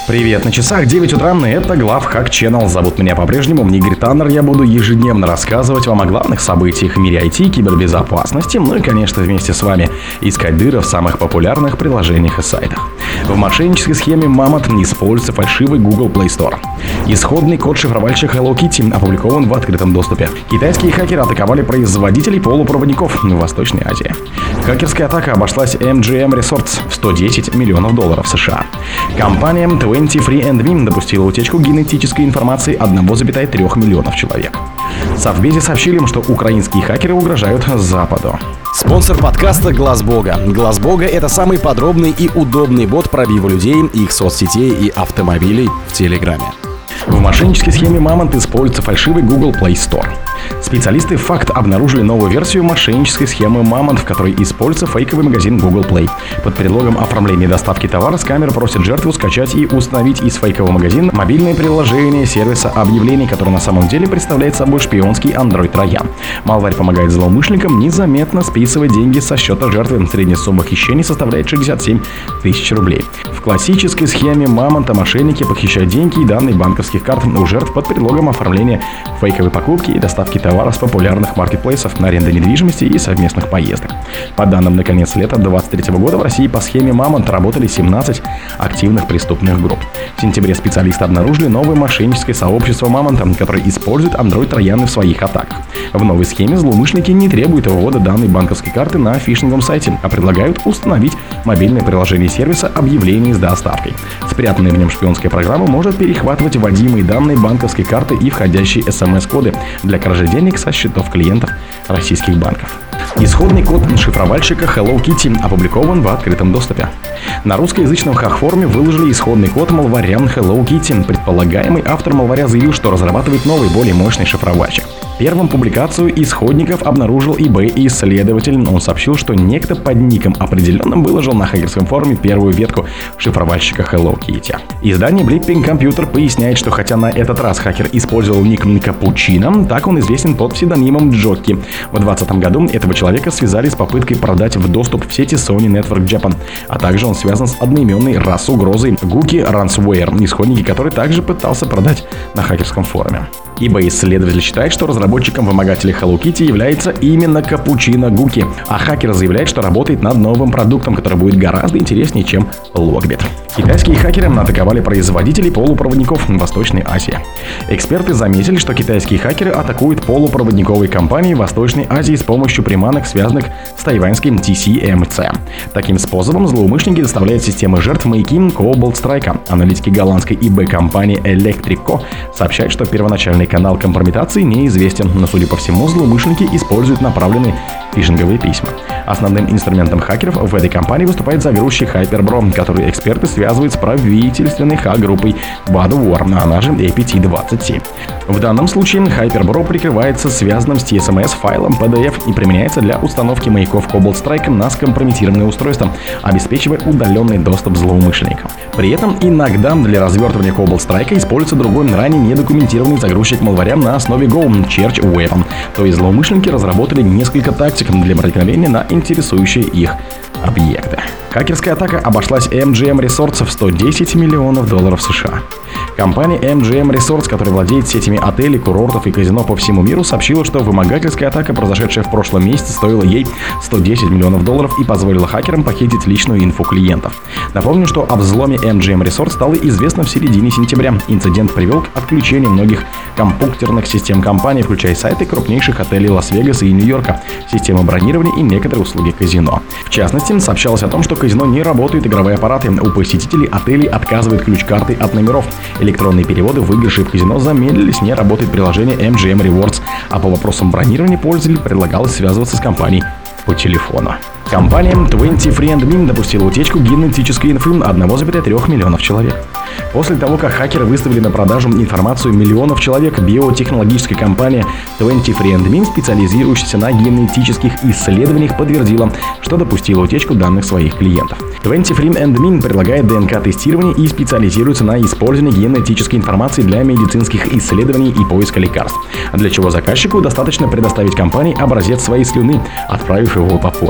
Привет, на часах 9 утра, это Главхак Channel. Зовут меня по-прежнему Игорь Таннер. Я буду ежедневно рассказывать вам о главных событиях в мире IT, кибербезопасности, ну и, конечно, вместе с вами искать дыры в самых популярных приложениях и сайтах. В мошеннической схеме Mammoth используется фальшивый Google Play Store. Исходный код шифровальщика Hello Kitty опубликован в открытом доступе. Китайские хакеры атаковали производителей полупроводников в Восточной Азии. Хакерская атака обошлась MGM Resorts в $110 миллионов США. Компания 23andMe допустила утечку генетической информации 1,3 миллионов человек. В Совбезе сообщили им, что украинские хакеры угрожают Западу. Спонсор подкаста Глаз Бога. Глаз Бога — это самый подробный и удобный бот пробива людей, их соцсетей и автомобилей в Телеграме. В мошеннической схеме Mammoth используется фальшивый Google Play Store. Специалисты FACT обнаружили новую версию мошеннической схемы Mammoth, в которой используется фейковый магазин Google Play. Под предлогом оформления доставки товара с камер просят жертву скачать и установить из фейкового магазина мобильное приложение сервиса объявлений, который на самом деле представляет собой шпионский Android-троян. Малварь помогает злоумышленникам незаметно списывать деньги со счета жертвы. Средняя сумма хищений составляет 67 тысяч рублей. В классической схеме Mammoth мошенники похищают деньги и данные банковских карт у жертв под предлогом оформления фейковой покупки и доставки товара с популярных маркетплейсов, аренды недвижимости и совместных поездок. По данным на конец лета 2023 года в России по схеме Mammoth работали 17 активных преступных групп. В сентябре специалисты обнаружили новое мошенническое сообщество Mammoth, которое использует Android-трояны в своих атаках. В новой схеме злоумышленники не требуют ввода данной банковской карты на фишинговом сайте, а предлагают установить мобильное приложение сервиса объявлений с доставкой. Спрятанная в нем шпионская программа может перехватывать вводимые данные банковской карты и входящие смс-коды для кражи денег со счетов клиентов российских банков. Исходный код шифровальщика Hello Kitty опубликован в открытом доступе. На русскоязычном хак-форуме выложили исходный код малваря Hello Kitty. Предполагаемый автор малваря заявил, что разрабатывает новый, более мощный шифровальщик. Первым публикацию исходников обнаружил eBay-исследователь. Он сообщил, что некто под ником определенным выложил на хакерском форуме первую ветку шифровальщика Hello Kitty. Издание Blipping Computer поясняет, что хотя на этот раз хакер использовал ник Капучино, так он известен под псевдонимом Джокки. В 2020 году этого человека связали с попыткой продать в доступ в сети Sony Network Japan, а также он связан с одноименной угрозой Gookie Ransomware, исходники которой также пытался продать на хакерском форуме. eBay-исследователь считает, что разработчиком-вымогателя Hello Kitty является именно Капучино Гуки, а хакер заявляет, что работает над новым продуктом, который будет гораздо интереснее, чем Logbit. Китайские хакеры атаковали производителей полупроводников в Восточной Азии. Эксперты заметили, что китайские хакеры атакуют полупроводниковые компании в Восточной Азии с помощью приманок, связанных с тайваньским TSMC. Таким способом злоумышленники доставляют системы жертв маяки Cobalt Strike. Аналитики голландской ИБ-компании Electrico сообщают, что первоначальный канал компрометации неизвестен, но, судя по всему, злоумышленники используют направленные фишинговые письма. Основным инструментом хакеров в этой компании выступает заверущий HyperBro, который эксперты связывают с правительственной хак-группой Badwar, она же APT-27. В данном случае HyperBro прикрывается связанным с TSMS файлом PDF и применяется для установки маяков Cobalt Strike на скомпрометированное устройство, обеспечивая удаленный доступ злоумышленникам. При этом иногда для развертывания Cobalt Strike используется другой, ранее недокументированный загрузчик малваря на основе Go Church Weapon. То есть злоумышленники разработали несколько тактик для проникновения на интересующие их объекты. Хакерская атака обошлась MGM Resorts в $110 миллионов США. Компания MGM Resorts, которая владеет сетями отелей, курортов и казино по всему миру, сообщила, что вымогательская атака, произошедшая в прошлом месяце, стоила ей $110 миллионов и позволила хакерам похитить личную инфу клиентов. Напомню, что о взломе MGM Resorts стало известно в середине сентября. Инцидент привел к отключению многих компьютерных систем компании, включая сайты крупнейших отелей Лас-Вегаса и Нью-Йорка, системы бронирования и некоторые услуги казино. В частности, сообщалось о том, что в казино не работают игровые аппараты, у посетителей отелей отказывают ключ-карты от номеров. Электронные переводы, выигрыши в казино замедлились, не работает приложение MGM Rewards, а по вопросам бронирования пользователю предлагалось связываться с компанией по телефону. Компания 23andMe допустила утечку генетической инфы 1,3 миллионов человек. После того, как хакеры выставили на продажу информацию миллионов человек, биотехнологическая компания 23andMe, специализирующаяся на генетических исследованиях, подтвердила, что допустила утечку данных своих клиентов. 23andMe предлагает ДНК-тестирование и специализируется на использовании генетической информации для медицинских исследований и поиска лекарств, для чего заказчику достаточно предоставить компании образец своей слюны, отправив его по почте.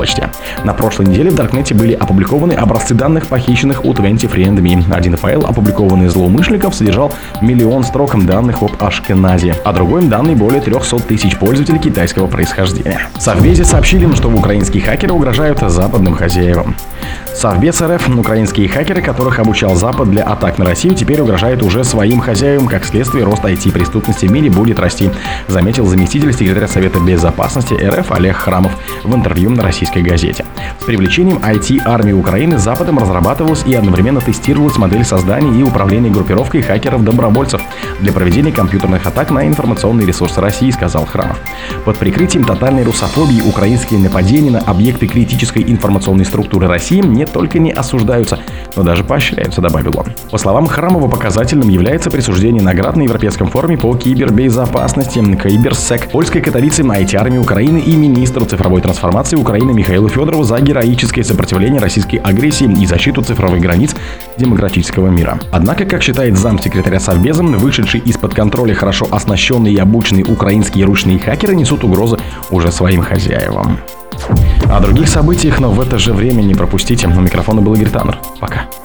На прошлой неделе в Даркнете были опубликованы образцы данных, похищенных у 23andMe. Один файл, опубликованный злоумышленников, содержал 1 000 000 строк данных об Ашкеназе, а другой данные более 300 тысяч пользователей китайского происхождения. Совбезе сообщили, что украинские хакеры угрожают западным хозяевам. Совбез РФ: украинские хакеры, которых обучал Запад для атак на Россию, теперь угрожают уже своим хозяевам. Как следствие, рост IT-преступности в мире будет расти, заметил заместитель секретаря Совета Безопасности РФ Олег Храмов в интервью на российской газете. С привлечением IT-армии Украины Западом разрабатывалась и одновременно тестировалась модель создания и управления группировкой хакеров-добровольцев для проведения компьютерных атак на информационные ресурсы России, сказал Храмов. Под прикрытием тотальной русофобии украинские нападения на объекты критической информационной структуры России не только не осуждаются, но даже поощряются, добавил он. По словам Храмова, показательным является присуждение наград на Европейском форуме по кибербезопасности Киберсек польской католице IT-армии Украины и министру цифровой трансформации Украины Михаилу Федорову за героическое сопротивление российской агрессии и защиту цифровых границ демократического мира. Однако, как считает замсекретаря Совбеза, вышедшие из-под контроля хорошо оснащенные и обученные украинские ручные хакеры несут угрозы уже своим хозяевам. О других событиях, но в это же время не пропустите. У микрофона был Игорь Таннер. Пока.